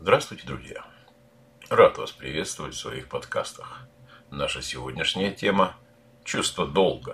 Здравствуйте, друзья! Рад вас приветствовать в своих подкастах. Наша сегодняшняя тема – чувство долга.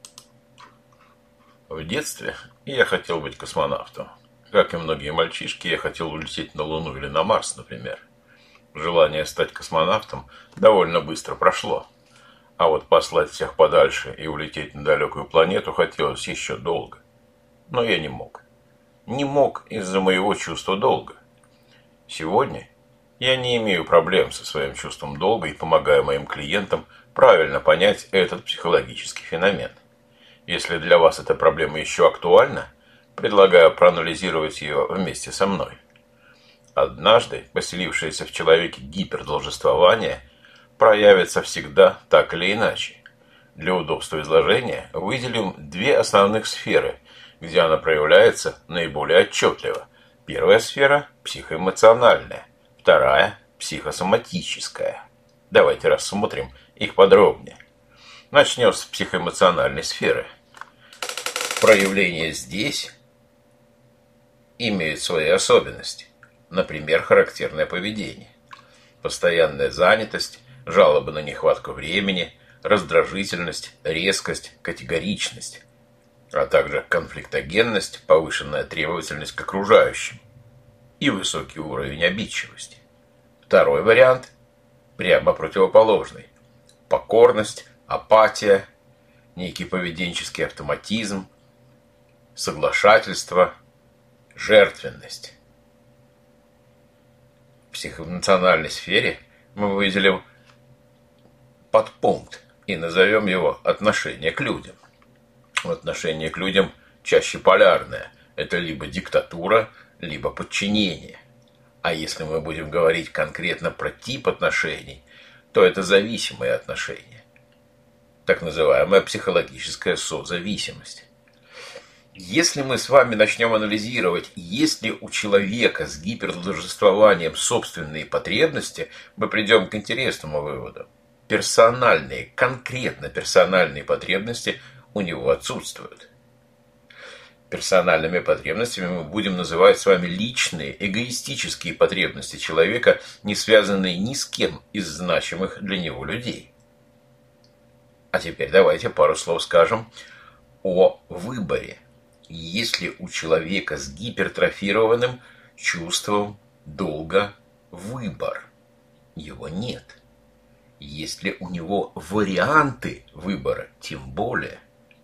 В детстве я хотел быть космонавтом. Как и многие мальчишки, я хотел улететь на Луну или на Марс, например. Желание стать космонавтом довольно быстро прошло. А вот послать всех подальше и улететь на далекую планету хотелось еще долго. Но я не мог. Не мог из-за моего чувства долга. Сегодня я не имею проблем со своим чувством долга и помогаю моим клиентам правильно понять этот психологический феномен. Если для вас эта проблема еще актуальна, предлагаю проанализировать ее вместе со мной. Однажды поселившееся в человеке гипердолжествование проявится всегда так или иначе. Для удобства изложения выделим две основных сферы, где она проявляется наиболее отчетливо. Первая сфера – психоэмоциональная, вторая – психосоматическая. Давайте рассмотрим их подробнее. Начнем с психоэмоциональной сферы. Проявления здесь имеют свои особенности. Например, характерное поведение, постоянная занятость, жалобы на нехватку времени, раздражительность, резкость, категоричность, а также конфликтогенность, повышенная требовательность к окружающим и высокий уровень обидчивости. Второй вариант прямо противоположный. Покорность, апатия, некий поведенческий автоматизм, соглашательство, жертвенность. В психоэмоциональной сфере мы выделим подпункт и назовем его отношение к людям. Отношение к людям чаще полярное. Это либо диктатура, либо подчинение. А если мы будем говорить конкретно про тип отношений, то это зависимые отношения. Так называемая психологическая созависимость. Если мы с вами начнем анализировать, есть ли у человека с гипердолжествованием собственные потребности, мы придем к интересному выводу. Персональные, конкретно персональные потребности у него отсутствуют. Персональными потребностями мы будем называть с вами личные, эгоистические потребности человека, не связанные ни с кем из значимых для него людей. А теперь давайте пару слов скажем о выборе. Есть ли у человека с гипертрофированным чувством долга выбор? Его нет. Есть ли у него варианты выбора? Тем более.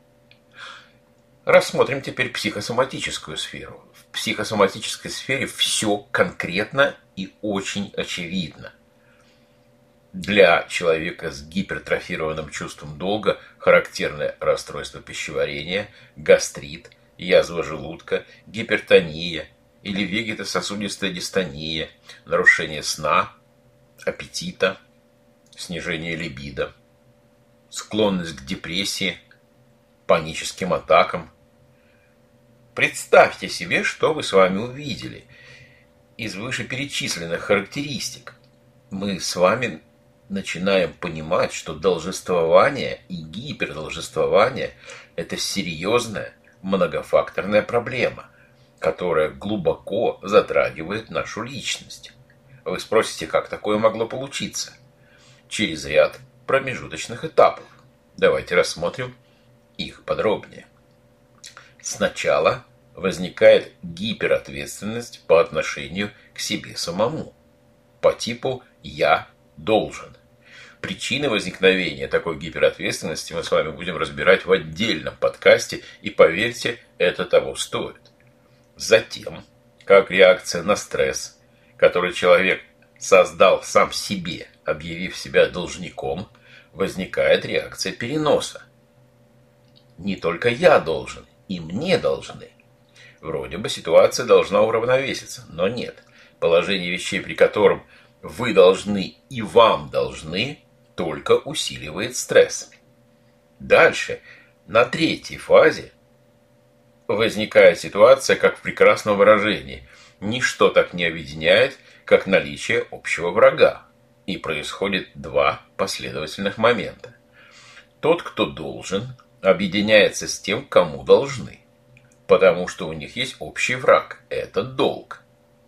Рассмотрим теперь психосоматическую сферу. В психосоматической сфере все конкретно и очень очевидно. Для человека с гипертрофированным чувством долга характерны расстройство пищеварения, гастрит, язва желудка, гипертония или вегетососудистая дистония, нарушение сна, аппетита, снижение либидо, склонность к депрессии, паническим атакам. Представьте себе, что вы с вами увидели из вышеперечисленных характеристик. Мы с вами начинаем понимать, что должествование и гипердолжествование – это серьезная многофакторная проблема, которая глубоко затрагивает нашу личность. Вы спросите, как такое могло получиться? Через ряд промежуточных этапов. Давайте рассмотрим их подробнее. Сначала возникает гиперответственность по отношению к себе самому, по типу «я должен». Причины возникновения такой гиперответственности мы с вами будем разбирать в отдельном подкасте, и поверьте, это того стоит. Затем, как реакция на стресс, который человек создал сам себе, объявив себя должником, возникает реакция переноса. Не только я должен, и мне должны. Вроде бы ситуация должна уравновеситься, но нет. Положение вещей, при котором вы должны и вам должны, только усиливает стресс. Дальше, на третьей фазе, возникает ситуация, как в прекрасном выражении: ничто так не объединяет, как наличие общего врага. И происходит два последовательных момента. Тот, кто должен, объединяется с тем, кому должны, потому что у них есть общий враг – это долг.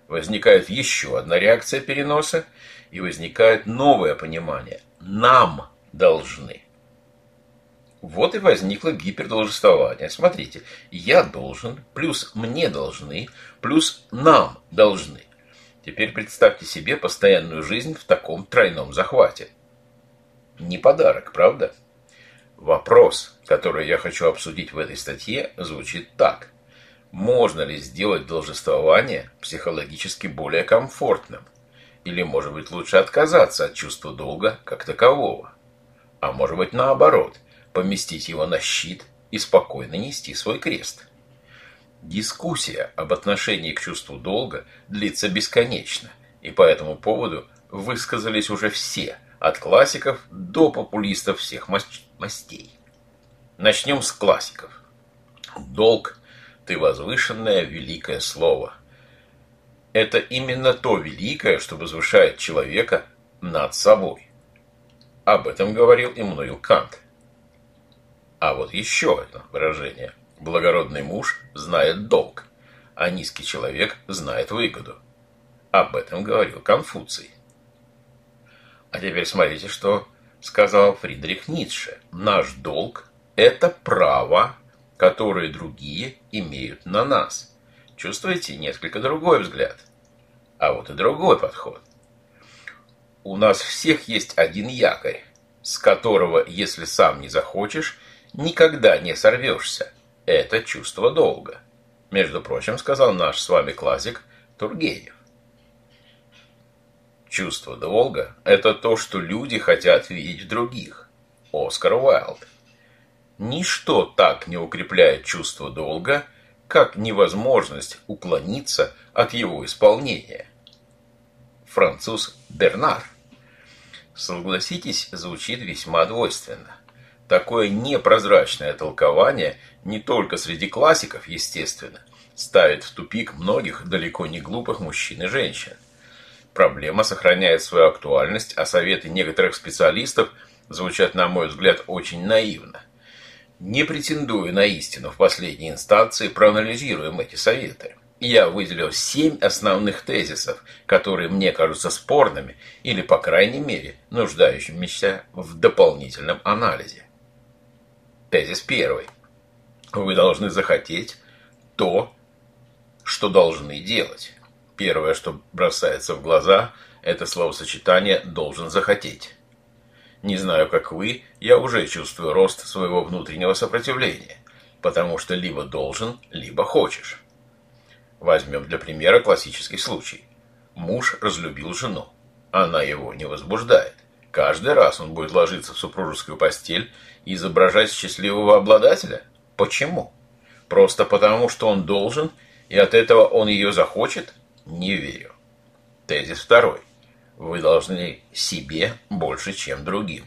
Возникает еще одна реакция переноса, и возникает новое понимание. Нам должны. Вот и возникло гипердолжествование. Смотрите, я должен, плюс мне должны, плюс нам должны. Теперь представьте себе постоянную жизнь в таком тройном захвате. Не подарок, правда? Вопрос, который я хочу обсудить в этой статье, звучит так. Можно ли сделать должествование психологически более комфортным? Или, может быть, лучше отказаться от чувства долга как такового? А может быть, наоборот, поместить его на щит и спокойно нести свой крест? Дискуссия об отношении к чувству долга длится бесконечно, и по этому поводу высказались уже все, от классиков до популистов всех мастей. Начнем с классиков. Долг – ты возвышенное великое слово. Это именно то великое, что возвышает человека над собой. Об этом говорил Иммануил Кант. А вот еще одно выражение. Благородный муж знает долг, а низкий человек знает выгоду. Об этом говорил Конфуций. А теперь смотрите, что сказал Фридрих Ницше. Наш долг – это право, которое другие имеют на нас. Чувствуете, несколько другой взгляд. А вот и другой подход. У нас всех есть один якорь, с которого, если сам не захочешь, никогда не сорвешься. Это чувство долга. Между прочим, сказал наш с вами классик Тургенев. Чувство долга – это то, что люди хотят видеть в других. Оскар Уайлд. Ничто так не укрепляет чувство долга, как невозможность уклониться от его исполнения. Француз Бернар. Согласитесь, звучит весьма двойственно. Такое непрозрачное толкование не только среди классиков, естественно, ставит в тупик многих далеко не глупых мужчин и женщин. Проблема сохраняет свою актуальность, а советы некоторых специалистов звучат, на мой взгляд, очень наивно. Не претендуя на истину в последней инстанции, проанализируем эти советы. Я выделил 7 основных тезисов, которые мне кажутся спорными или, по крайней мере, нуждающимися в дополнительном анализе. Тезис 1. Вы должны захотеть то, что должны делать. Первое, что бросается в глаза, это словосочетание «должен захотеть». Не знаю, как вы, я уже чувствую рост своего внутреннего сопротивления, потому что либо должен, либо хочешь. Возьмем для примера классический случай. Муж разлюбил жену. Она его не возбуждает. Каждый раз он будет ложиться в супружескую постель и изображать счастливого обладателя? Почему? Просто потому, что он должен, и от этого он ее захочет? Не верю. Тезис 2. Вы должны себе больше, чем другим.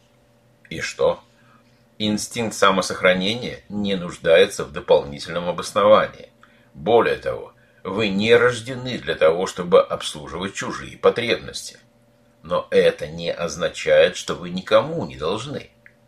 И что? Инстинкт самосохранения не нуждается в дополнительном обосновании. Более того, вы не рождены для того, чтобы обслуживать чужие потребности. Но это не означает, что вы никому не должны.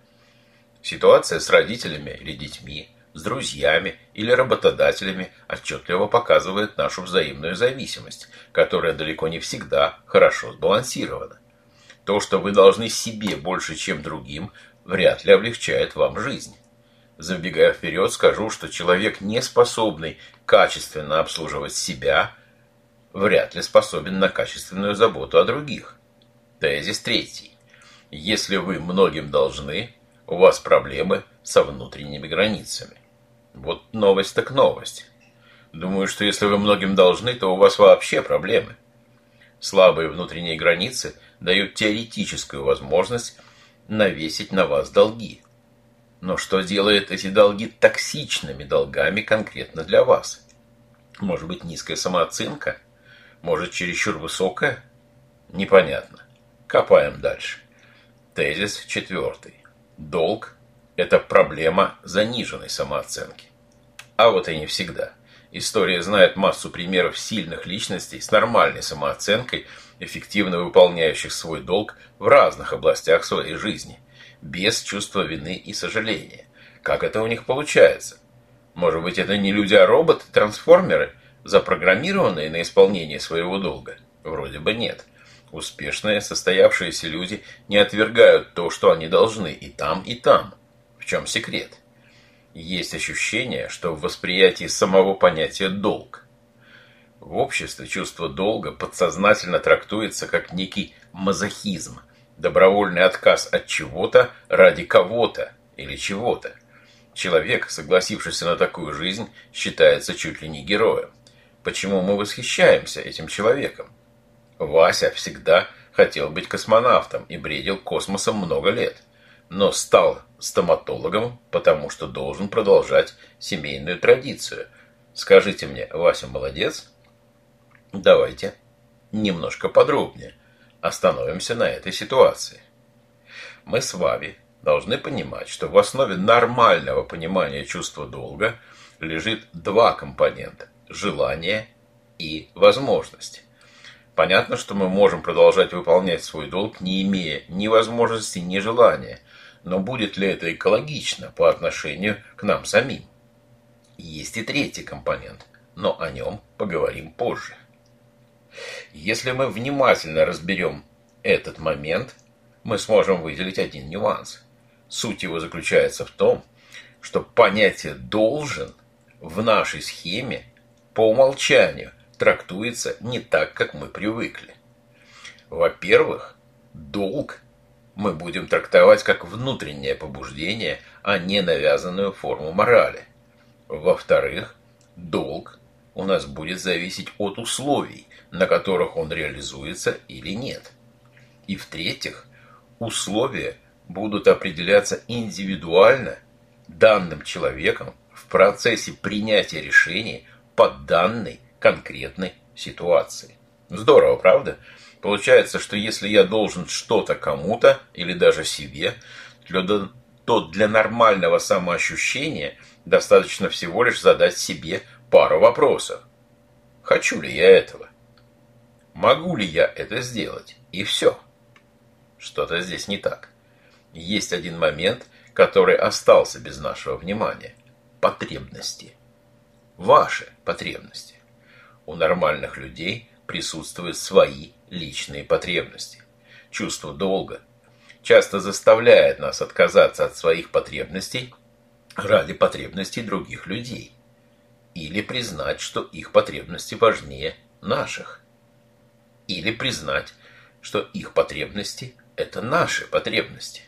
Ситуация с родителями или детьми, с друзьями или работодателями отчетливо показывает нашу взаимную зависимость, которая далеко не всегда хорошо сбалансирована. То, что вы должны себе больше, чем другим, вряд ли облегчает вам жизнь. Забегая вперед, скажу, что человек, не способный качественно обслуживать себя, вряд ли способен на качественную заботу о других. Тезис 3. Если вы многим должны, у вас проблемы со внутренними границами. Вот новость так новость. Думаю, что если вы многим должны, то у вас вообще проблемы. Слабые внутренние границы дают теоретическую возможность навесить на вас долги. Но что делает эти долги токсичными долгами конкретно для вас? Может быть, низкая самооценка? Может, чересчур высокая? Непонятно. Копаем дальше. Тезис 4. Долг – это проблема заниженной самооценки. А вот и не всегда. История знает массу примеров сильных личностей с нормальной самооценкой, эффективно выполняющих свой долг в разных областях своей жизни, без чувства вины и сожаления. Как это у них получается? Может быть, это не люди, а роботы, трансформеры? запрограммированные на исполнение своего долга? Вроде бы нет. Успешные, состоявшиеся люди не отвергают то, что они должны и там, и там. В чем секрет? Есть ощущение, что в восприятии самого понятия «долг». В обществе чувство долга подсознательно трактуется как некий мазохизм, добровольный отказ от чего-то ради кого-то или чего-то. Человек, согласившийся на такую жизнь, считается чуть ли не героем. Почему мы восхищаемся этим человеком? Вася всегда хотел быть космонавтом и бредил космосом много лет, но стал стоматологом, потому что должен продолжать семейную традицию. Скажите мне, Вася молодец? Давайте немножко подробнее остановимся на этой ситуации. Мы с вами должны понимать, что в основе нормального понимания чувства долга лежит два компонента – желание и возможность. Понятно, что мы можем продолжать выполнять свой долг, не имея ни возможности, ни желания, но будет ли это экологично по отношению к нам самим? Есть и третий компонент, но о нем поговорим позже. Если мы внимательно разберем этот момент, мы сможем выделить один нюанс. Суть его заключается в том, что понятие «должен» в нашей схеме по умолчанию трактуется не так, как мы привыкли. Во-первых, долг мы будем трактовать как внутреннее побуждение, а не навязанную форму морали. Во-вторых, долг у нас будет зависеть от условий, на которых он реализуется или нет. И в-третьих, условия будут определяться индивидуально данным человеком в процессе принятия решений по данной конкретной ситуации. Здорово, правда? Получается, что если я должен что-то кому-то или даже себе, то для нормального самоощущения достаточно всего лишь задать себе пару вопросов. Хочу ли я этого? Могу ли я это сделать? И все. Что-то здесь не так. Есть один момент, который остался без нашего внимания. Потребности. Ваши потребности. У нормальных людей присутствуют свои личные потребности. Чувство долга часто заставляет нас отказаться от своих потребностей ради потребностей других людей. Или признать, что их потребности важнее наших. Или признать, что их потребности – это наши потребности.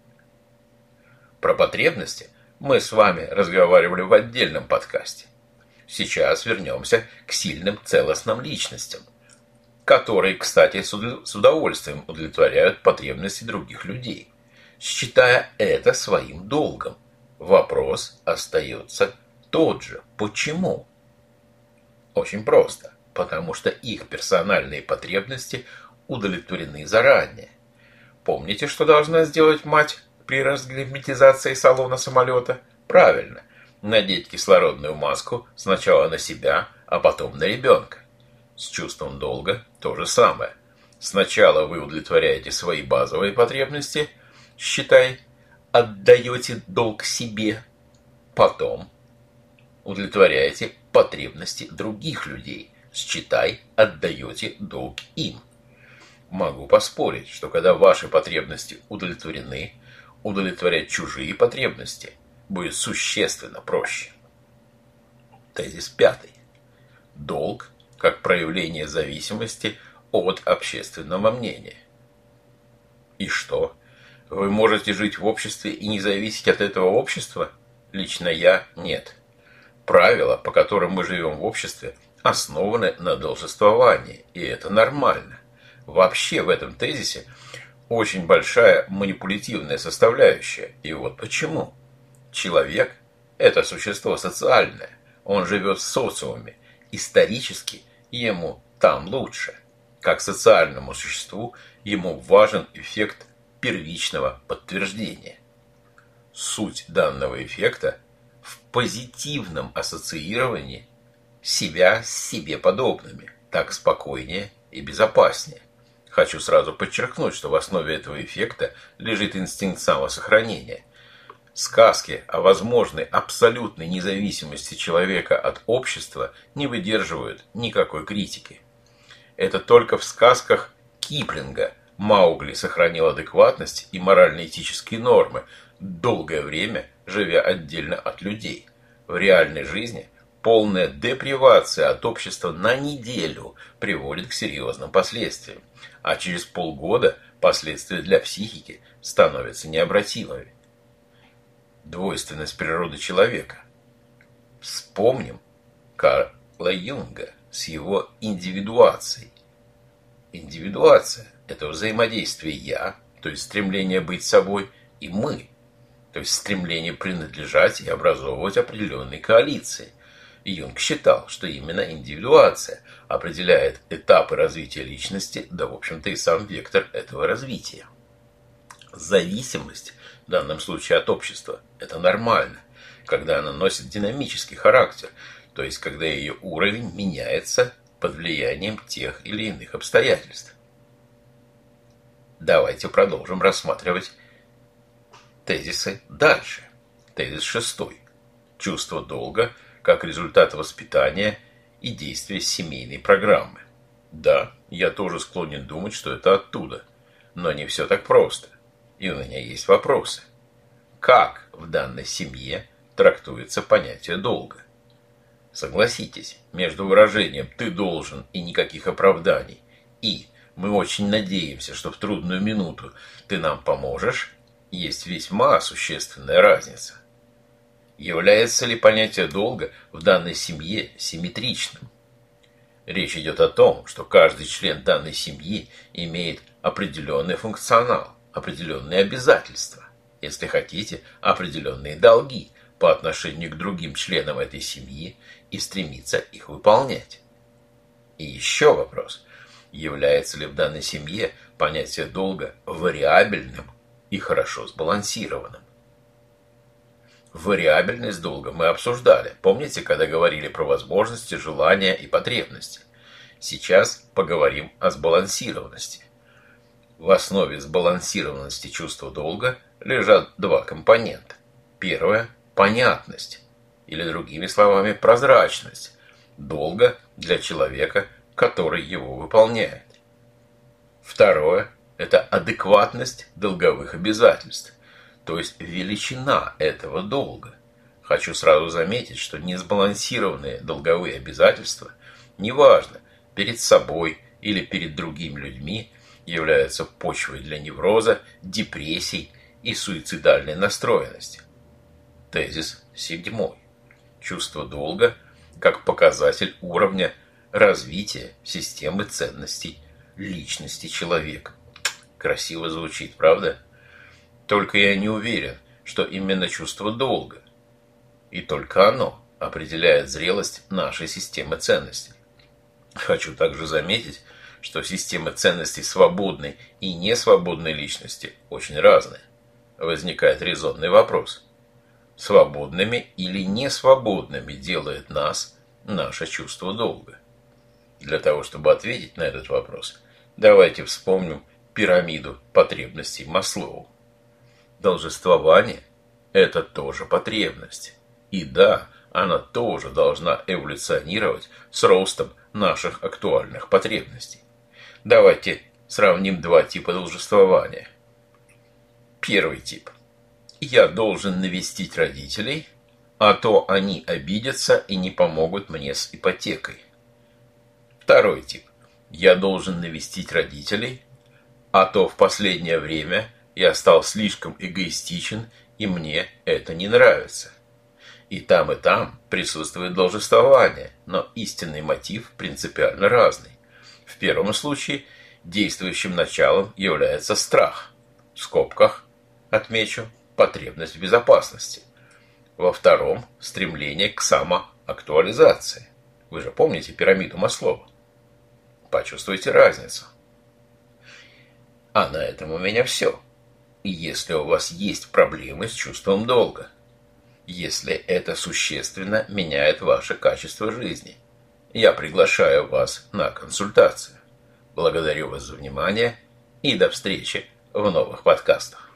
Про потребности мы с вами разговаривали в отдельном подкасте. Сейчас вернемся к сильным целостным личностям, которые, кстати, с удовольствием удовлетворяют потребности других людей, считая это своим долгом. Вопрос остается тот же. Почему? Очень просто. Потому что их персональные потребности удовлетворены заранее. Помните, что должна сделать мать при разгерметизации салона самолета? Правильно. Надеть кислородную маску сначала на себя, а потом на ребенка. С чувством долга то же самое. Сначала вы удовлетворяете свои базовые потребности, считай, отдаете долг себе, потом удовлетворяете потребности других людей, считай, отдаете долг им. Могу поспорить, что когда ваши потребности удовлетворены, удовлетворять чужие потребности будет существенно проще. Тезис 5. Долг как проявление зависимости от общественного мнения. И что? Вы можете жить в обществе и не зависеть от этого общества? Лично я – нет. Правила, по которым мы живем в обществе, основаны на должествовании, и это нормально. Вообще в этом тезисе очень большая манипулятивная составляющая, и вот почему. Человек – это существо социальное, он живет в социуме, исторически ему там лучше. Как социальному существу ему важен эффект первичного подтверждения. Суть данного эффекта в позитивном ассоциировании себя с себе подобными, так спокойнее и безопаснее. Хочу сразу подчеркнуть, что в основе этого эффекта лежит инстинкт самосохранения. Сказки о возможной абсолютной независимости человека от общества не выдерживают никакой критики. Это только в сказках Киплинга Маугли сохранил адекватность и морально-этические нормы, долгое время живя отдельно от людей. В реальной жизни полная депривация от общества на неделю приводит к серьезным последствиям, а через полгода последствия для психики становятся необратимыми. Двойственность природы человека. Вспомним Карла Юнга с его индивидуацией. Индивидуация – это взаимодействие «я», то есть стремление быть собой, и «мы», то есть стремление принадлежать и образовывать определенные коалиции. Юнг считал, что именно индивидуация определяет этапы развития личности, да, в общем-то, и сам вектор этого развития. Зависимость, в данном случае от общества, это нормально, когда она носит динамический характер, то есть когда ее уровень меняется под влиянием тех или иных обстоятельств. Давайте продолжим рассматривать тезисы дальше. Тезис 6. Чувство долга как результат воспитания и действия семейной программы. Да, я тоже склонен думать, что это оттуда, но не все так просто. И у меня есть вопросы. Как в данной семье трактуется понятие долга? Согласитесь, между выражением «ты должен» и никаких оправданий и «мы очень надеемся, что в трудную минуту ты нам поможешь» есть весьма существенная разница. Является ли понятие долга в данной семье симметричным? Речь идет о том, что каждый член данной семьи имеет определенный функционал, определенные обязательства, если хотите, определенные долги по отношению к другим членам этой семьи и стремится их выполнять. И еще вопрос. Является ли в данной семье понятие долга вариабельным и хорошо сбалансированным? Вариабельность долга мы обсуждали. Помните, когда говорили про возможности, желания и потребности? Сейчас поговорим о сбалансированности. В основе сбалансированности чувства долга лежат два компонента. Первое – понятность, или другими словами прозрачность долга для человека, который его выполняет. Второе – это адекватность долговых обязательств, то есть величина этого долга. Хочу сразу заметить, что несбалансированные долговые обязательства, неважно, перед собой или перед другими людьми, являются почвой для невроза, депрессий и суицидальной настроенности. Тезис 7. Чувство долга как показатель уровня развития системы ценностей личности человека. Красиво звучит, правда? Только я не уверен, что именно чувство долга, и только оно определяет зрелость нашей системы ценностей. Хочу также заметить, что системы ценностей свободной и несвободной личности очень разные. Возникает резонный вопрос. Свободными или несвободными делает нас наше чувство долга? Для того, чтобы ответить на этот вопрос, давайте вспомним пирамиду потребностей Маслоу. Должествование – это тоже потребность. И да, она тоже должна эволюционировать с ростом наших актуальных потребностей. Давайте сравним два типа должествования. Первый тип. Я должен навестить родителей, а то они обидятся и не помогут мне с ипотекой. Второй тип. Я должен навестить родителей, а то в последнее время я стал слишком эгоистичен, и мне это не нравится. И там присутствует должествование, но истинный мотив принципиально разный. В первом случае действующим началом является страх. В скобках отмечу потребность в безопасности. Во втором – стремление к самоактуализации. Вы же помните пирамиду Маслоу? Почувствуйте разницу. А на этом у меня все. Если у вас есть проблемы с чувством долга, если это существенно меняет ваше качество жизни, я приглашаю вас на консультацию. Благодарю вас за внимание и до встречи в новых подкастах.